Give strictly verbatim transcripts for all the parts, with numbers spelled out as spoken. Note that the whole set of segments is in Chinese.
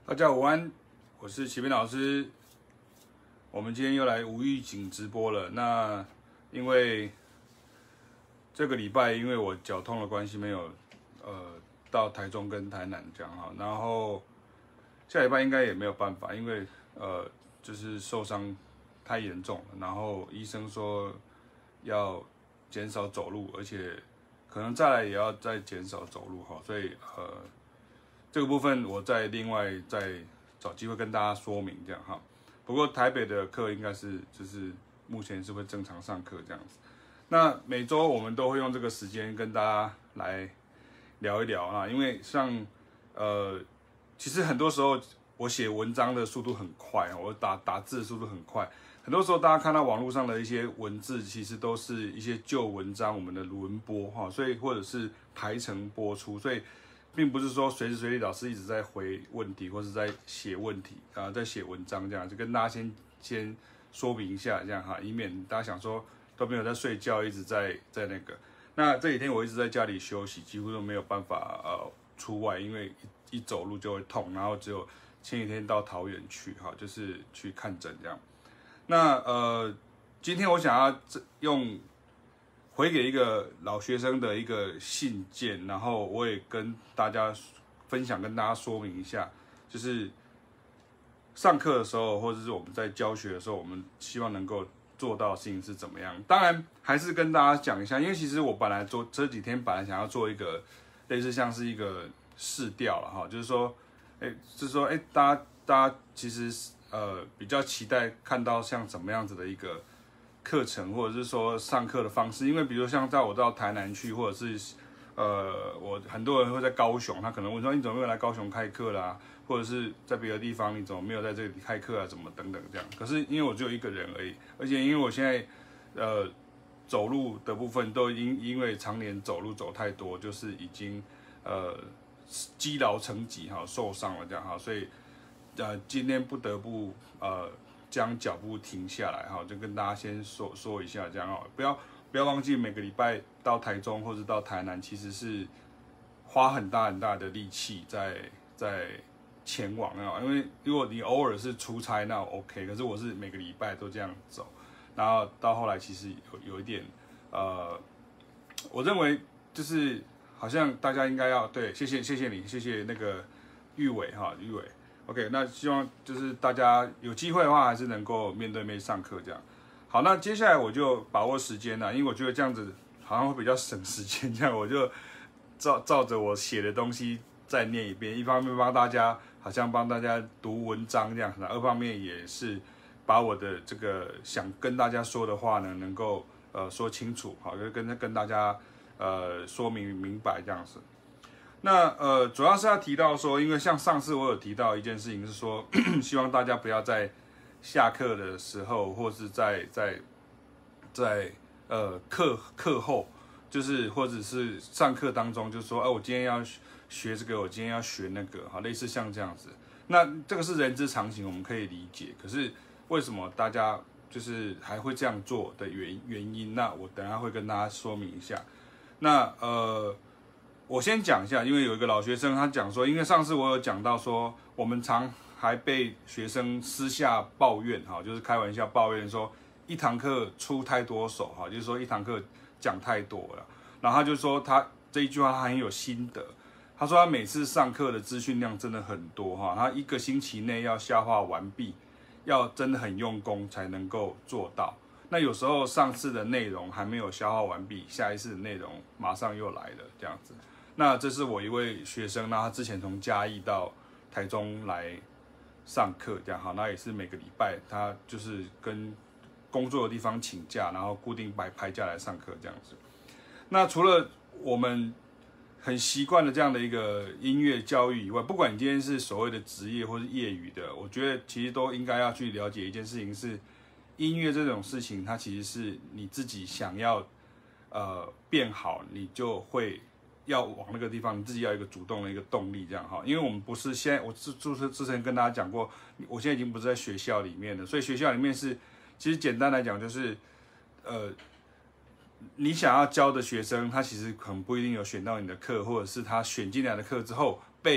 大家午安，我是齐斌老师。我们今天又来无预警直播了。那因为这个礼拜因为我脚痛的关系，没有呃到台中跟台南这样哈。然后下礼拜应该也没有办法，因为呃就是受伤太严重了。然后医生说要减少走路，而且可能再来也要再减少走路哈。所以呃。这个部分我再另外再找机会跟大家说明这样哈。不过台北的课应该是就是目前是会正常上课这样子。那每周我们都会用这个时间跟大家来聊一聊啊，因为像呃其实很多时候我写文章的速度很快，我打打字的速度很快。很多时候大家看到网络上的一些文字，其实都是一些旧文章我们的轮播哈，所以或者是排程播出，所以。并不是说随时随地老师一直在回问题，或是在写问题啊，在写文章这样，就跟大家先先说明一下这样哈，以免大家想说都没有在睡觉，一直在在那个。那这几天我一直在家里休息，几乎都没有办法呃出外，因为一一走路就会痛，然后只有前几天到桃园去哈，就是去看诊这样。那呃，今天我想要用。回给一个老学生的一个信件，然后我也跟大家分享，跟大家说明一下，就是上课的时候，或者是我们在教学的时候，我们希望能够做到的事情是怎么样。当然，还是跟大家讲一下，因为其实我本来做这几天本来想要做一个类似像是一个试调了哈，就是说，哎，就是说，哎，大家大家其实呃比较期待看到像怎么样子的一个。课程或者是说上课的方式，因为比如像在我到台南去，或者是呃，我很多人会在高雄，他可能问说你怎么没有来高雄开课啦，或者是在别的地方你怎么没有在这里开课啊，怎么等等这样。可是因为我只有一个人而已，而且因为我现在呃走路的部分都因因为常年走路走太多，就是已经呃积劳成疾哈，受伤了这样哈，所以呃今天不得不呃。将脚步停下来哈，就跟大家先说说一下，这样哦，不要不要忘记每个礼拜到台中或者到台南，其实是花很大很大的力气在在前往啊。因为如果你偶尔是出差那 OK， 可是我是每个礼拜都这样走，然后到后来其实有有一点呃，我认为就是好像大家应该要对，谢谢谢谢你，谢谢那个玉伟哈玉伟。OK， 那希望就是大家有机会的话，还是能够面对面上课这样。好，那接下来我就把握时间了，因为我觉得这样子好像会比较省时间，这样我就照照着我写的东西再念一遍。一方面帮大家好像帮大家读文章这样子，二方面也是把我的这个想跟大家说的话呢，能够呃说清楚，好，就跟跟大家呃说明明白这样子。那呃，主要是要提到说，因为像上次我有提到一件事情是说，希望大家不要在下课的时候，或是在在在呃课课后，就是或者是上课当中，就说，哎、呃，我今天要学这个，我今天要学那个，哈，类似像这样子。那这个是人之常情，我们可以理解。可是为什么大家就是还会这样做的原原因？那我等一下会跟大家说明一下。那呃。我先讲一下，因为有一个老学生他讲说，因为上次我有讲到说，我们常还被学生私下抱怨哈，就是开玩笑抱怨说一堂课出太多手哈，就是说一堂课讲太多了。然后他就说他这一句话他很有心得，他说他每次上课的资讯量真的很多哈，他一个星期内要消化完毕，要真的很用功才能够做到。那有时候上次的内容还没有消化完毕，下一次的内容马上又来了这样子。那这是我一位学生，那他之前从嘉义到台中来上课，这样好，那也是每个礼拜他就是跟工作的地方请假，然后固定排排假来上课这样子。那除了我们很习惯的这样的一个音乐教育以外，不管你今天是所谓的职业或是业余的，我觉得其实都应该要去了解一件事情是，音乐这种事情，它其实是你自己想要呃变好，你就会。要往那个地方，你自己要有一个主动的一个动力，这样哈。因为我们不是现在，我之之之前跟大家讲过，我现在已经不是在学校里面了，所以学校里面是，其实简单来讲就是，呃，你想要教的学生，他其实很不一定有选到你的课，或者是他选进来的课之后被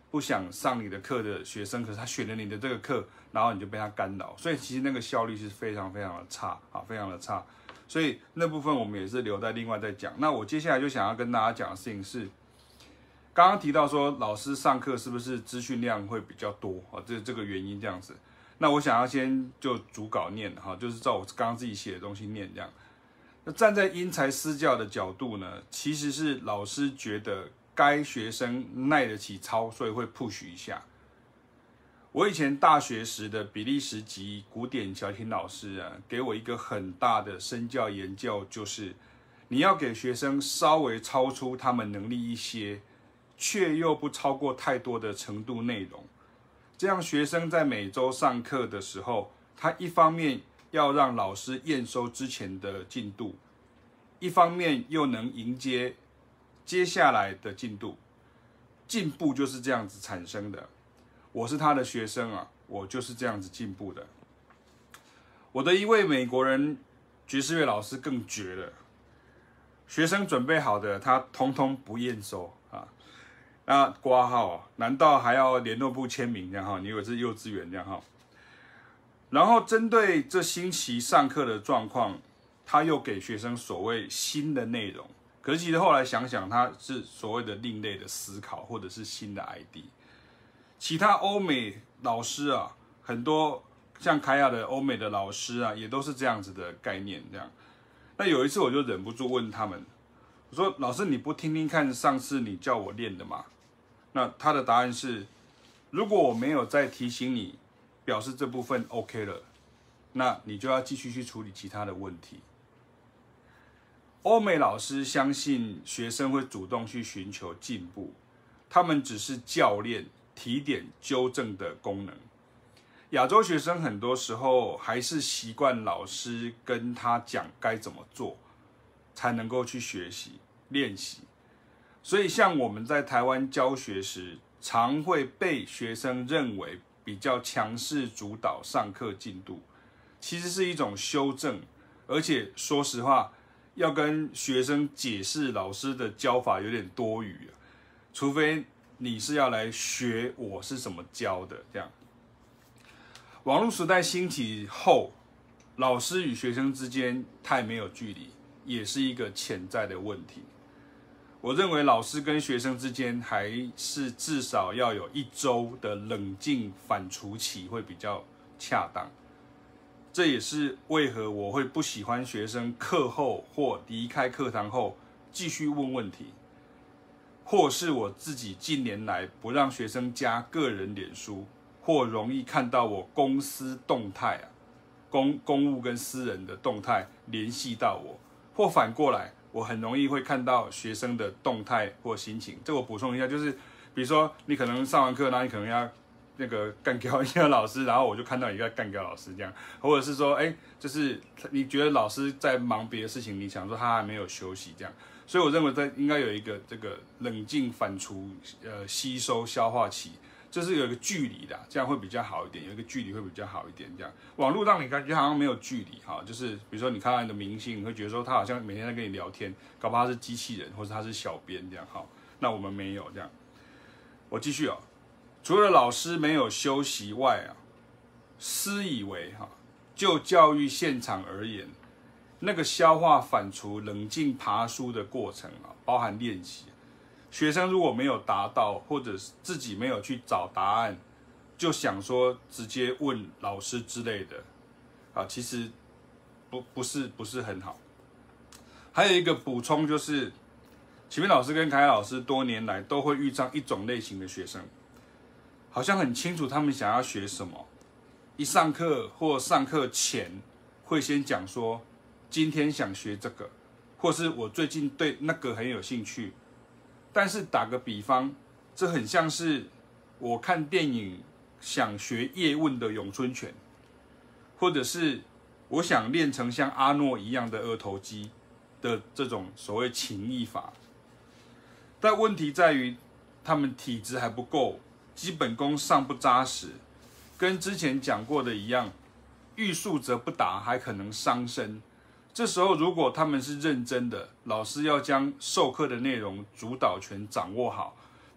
不想上你的课的学生，可是他选了你的这个课，然后你就被他干扰，所以其实那个效率是非常非常的差啊，非常的差。所以那部分我们也是留在另外再讲。那我接下来就想要跟大家讲的事情是，刚刚提到说老师上课是不是资讯量会比较多啊？这这个原因这样子。那我想要先就主稿念哈，就是照我刚刚自己写的东西念这样。那站在因材施教的角度呢，其实是老师觉得该学生耐得起操，所以会 push 一下。我以前大学时的比利时籍古典小提老师啊，给我一个很大的身教言教，就是你要给学生稍微超出他们能力一些，却又不超过太多的程度内容。这样学生在每周上课的时候，他一方面要让老师验收之前的进度，一方面又能迎接接下来的进度。进步就是这样子产生的。我是他的学生啊，我就是这样子进步的。我的一位美国人爵士乐老师更绝了，学生准备好的，他通通不验收啊。那挂号啊，难道还要联络部签名这样哈？你以为是幼稚园这样哈？然后针对这星期上课的状况，他又给学生所谓新的内容。可是其实后来想想，他是所谓的另类的思考，或者是新的 I D。其他欧美老师啊，很多像凯亚的欧美的老师啊，也都是这样子的概念这样。那有一次我就忍不住问他们，我说：“老师，你不听听看上次你叫我练的吗？”那他的答案是：如果我没有再提醒你，表示这部分 OK 了，那你就要继续去处理其他的问题。欧美老师相信学生会主动去寻求进步，他们只是教练。提点纠正的功能。亚洲学生很多时候还是习惯老师跟他讲该怎么做，才能够去学习练习。所以像我们在台湾教学时，常会被学生认为比较强势主导上课进度，其实是一种修正。而且说实话，要跟学生解释老师的教法有点多余，除非你是要来学我是怎么教的，这样。网络时代兴起后，老师与学生之间太没有距离，也是一个潜在的问题。我认为老师跟学生之间还是至少要有一周的冷静反刍期会比较恰当。这也是为何我会不喜欢学生课后或离开课堂后继续问问题。或是我自己近年来不让学生加个人脸书，或容易看到我公司动态啊，公公务跟私人的动态联系到我，或反过来，我很容易会看到学生的动态或心情。这我补充一下，就是比如说你可能上完课，然后你可能要那个干掉一下老师，然后我就看到你在干掉老师这样，或者是说，哎，就是你觉得老师在忙别的事情，你想说他还没有休息这样。所以我认为在应该有一个这个冷静反刍、呃吸收消化期，就是有一个距离的，这样会比较好一点，有一个距离会比较好一点。这样网络让你感觉好像没有距离哈，就是比如说你看到你的明星，你会觉得说他好像每天在跟你聊天，搞不好他是机器人或者他是小编这样哈。那我们没有这样。我继续啊，除了老师没有休息外啊，私以为哈，就教育现场而言。那个消化反刍、冷静爬梳的过程啊，包含练习。学生如果没有达到，或者是自己没有去找答案，就想说直接问老师之类的，啊，其实不不是不是很好。还有一个补充就是，启明老师跟凯凯老师多年来都会遇上一种类型的学生，好像很清楚他们想要学什么，一上课或上课前会先讲说。今天想学这个，或是我最近对那个很有兴趣，但是打个比方，这很像是我看电影想学叶问的咏春拳，或者是我想练成像阿诺一样的二头肌的这种所谓情意法。但问题在于，他们体质还不够，基本功尚不扎实，跟之前讲过的一样，欲速则不达，还可能伤身。这时候，如果他们是认真的，老师要将授课的内容主导权掌握好，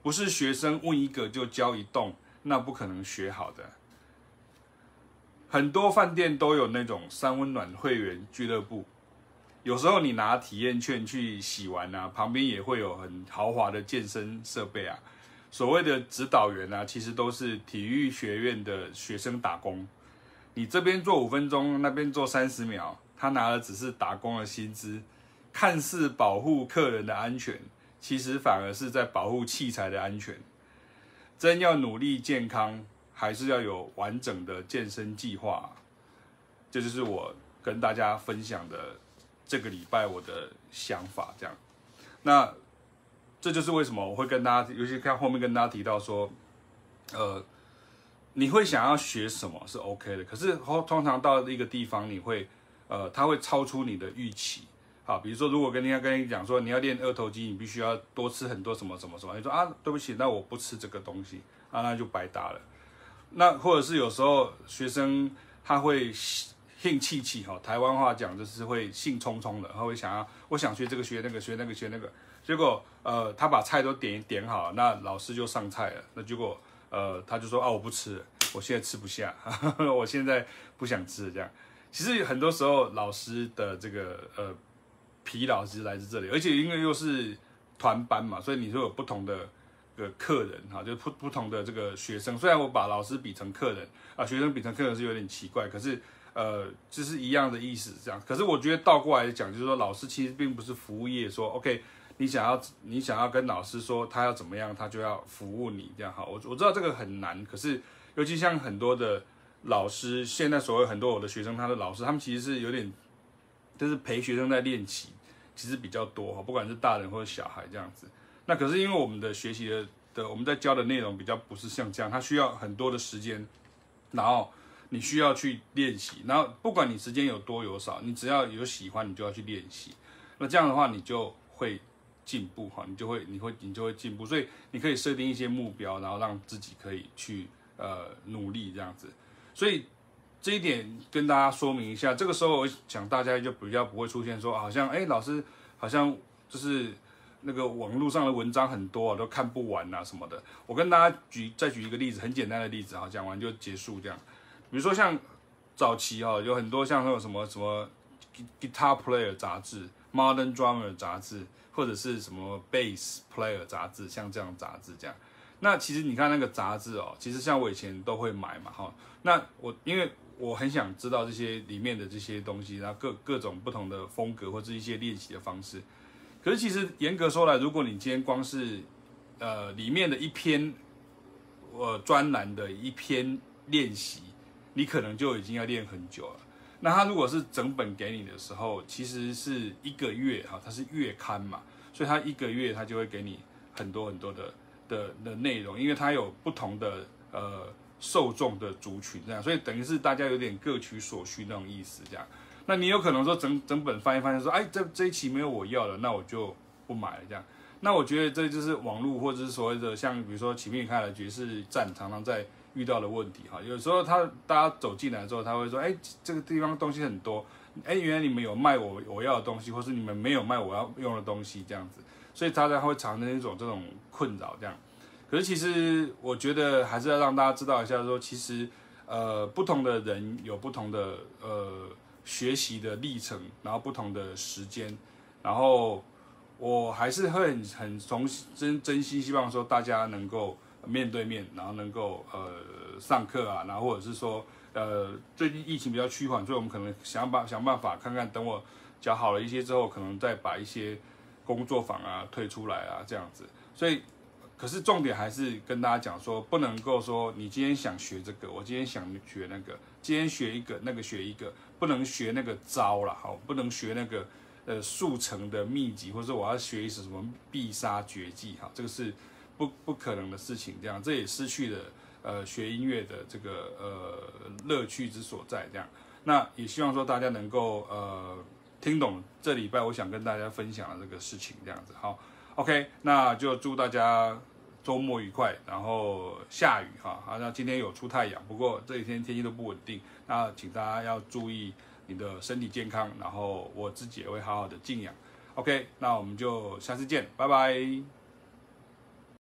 不是学生问一个就教一栋，那不可能学好的。很多饭店都有那种三温暖会员俱乐部，有时候你拿体验券去洗完啊，旁边也会有很豪华的健身设备啊。所谓的指导员啊，其实都是体育学院的学生打工。你这边做五分钟，那边做三十秒，他拿的只是打工的薪资，看似保护客人的安全，其实反而是在保护器材的安全。真要努力健康，还是要有完整的健身计划。这就是我跟大家分享的这个礼拜我的想法。这样，那这就是为什么我会跟大家，尤其看后面跟大家提到说，呃。你会想要学什么是 OK 的，可是通常到一个地方，你会，呃，它会超出你的预期。好，比如说，如果跟人家跟你讲说你要练二头肌，你必须要多吃很多什么什么什么，你说啊，对不起，那我不吃这个东西，啊，那就白搭了。那或者是有时候学生他会兴气气哈，台湾话讲就是会兴冲冲的，他会想要我想学这个学那个学那个学那个，结果呃他把菜都点点好，那老师就上菜了，那结果。呃，他就说啊，我不吃了，我现在吃不下，呵呵我现在不想吃了这样。其实很多时候老师的这个呃疲劳其实来自这里，而且因为又是团班嘛，所以你会有不同的个客人哈，就不不同的这个学生。虽然我把老师比成客人啊，学生比成客人是有点奇怪，可是呃，这是一样的意思这样。可是我觉得倒过来讲，就是说老师其实并不是服务业，说 OK。你想要你想要跟老师说他要怎么样，他就要服务你这样好。我我知道这个很难，可是尤其像很多的老师，现在所谓很多我的学生，他的老师他们其实是有点，就是陪学生在练习，其实比较多哈，不管是大人或者小孩这样子。那可是因为我们的学习的的我们在教的内容比较不是像这样，它需要很多的时间，然后你需要去练习，然后不管你时间有多有少，你只要有喜欢，你就要去练习。那这样的话，你就会。进步哈，你就会你会你就会进步，所以你可以设定一些目标，然后让自己可以去呃努力这样子。所以这一点跟大家说明一下，这个时候我想大家就比较不会出现说，好像哎老师好像就是那个网络上的文章很多啊，都看不完啊什么的。我跟大家举再举一个例子，很简单的例子哈，讲完就结束这样。比如说像早期哈，有很多像那种什么什么 Guitar Player 杂志、Modern Drummer 杂志。或者是什么 Bass Player 杂志，像这样杂志这样。那其实你看那个杂志哦，其实像我以前都会买嘛，哈。那我因为我很想知道这些里面的这些东西，然后各各种不同的风格或者一些练习的方式。可是其实严格说来，如果你今天光是呃里面的一篇呃专栏的一篇练习，你可能就已经要练很久了。那他如果是整本给你的时候，其实是一个月哈，它是月刊嘛，所以他一个月他就会给你很多很多的的的内容，因为它有不同的呃受众的族群这样，所以等于是大家有点各取所需那种意思这样。那你有可能说整整本翻一翻，说哎这这一期没有我要的，那我就不买了这样。那我觉得这就是网络或者是所谓的像比如说启明开的爵士站常常在。遇到的问题哈，有时候他大家走进来之后，他会说，哎，这个地方东西很多，哎，原来你们有卖我我要的东西，或是你们没有卖我要用的东西这样子，所以大家会产生一种这种困扰这样。可是其实我觉得还是要让大家知道一下说，说其实呃不同的人有不同的呃学习的历程，然后不同的时间，然后我还是会很很从真真心希望说大家能够。面对面，然后能够呃上课啊，然后或者是说呃最近疫情比较趋缓，所以我们可能想办想办法看看，等我教好了一些之后，可能再把一些工作坊啊推出来啊这样子。所以，可是重点还是跟大家讲说，不能够说你今天想学这个，我今天想学那个，今天学一个，那个学一个，不能学那个招啦，好，不能学那个呃速成的秘籍，或者我要学一首什么必杀绝技，哈，这个是。不不可能的事情，这样这也失去了呃学音乐的这个呃乐趣之所在，这样。那也希望说大家能够呃听懂这礼拜我想跟大家分享的这个事情，这样子。好 ，OK， 那就祝大家周末愉快，然后下雨哈，好，那今天有出太阳，不过这几天天气都不稳定，那请大家要注意你的身体健康，然后我自己也会好好的静养。OK， 那我们就下次见，拜拜。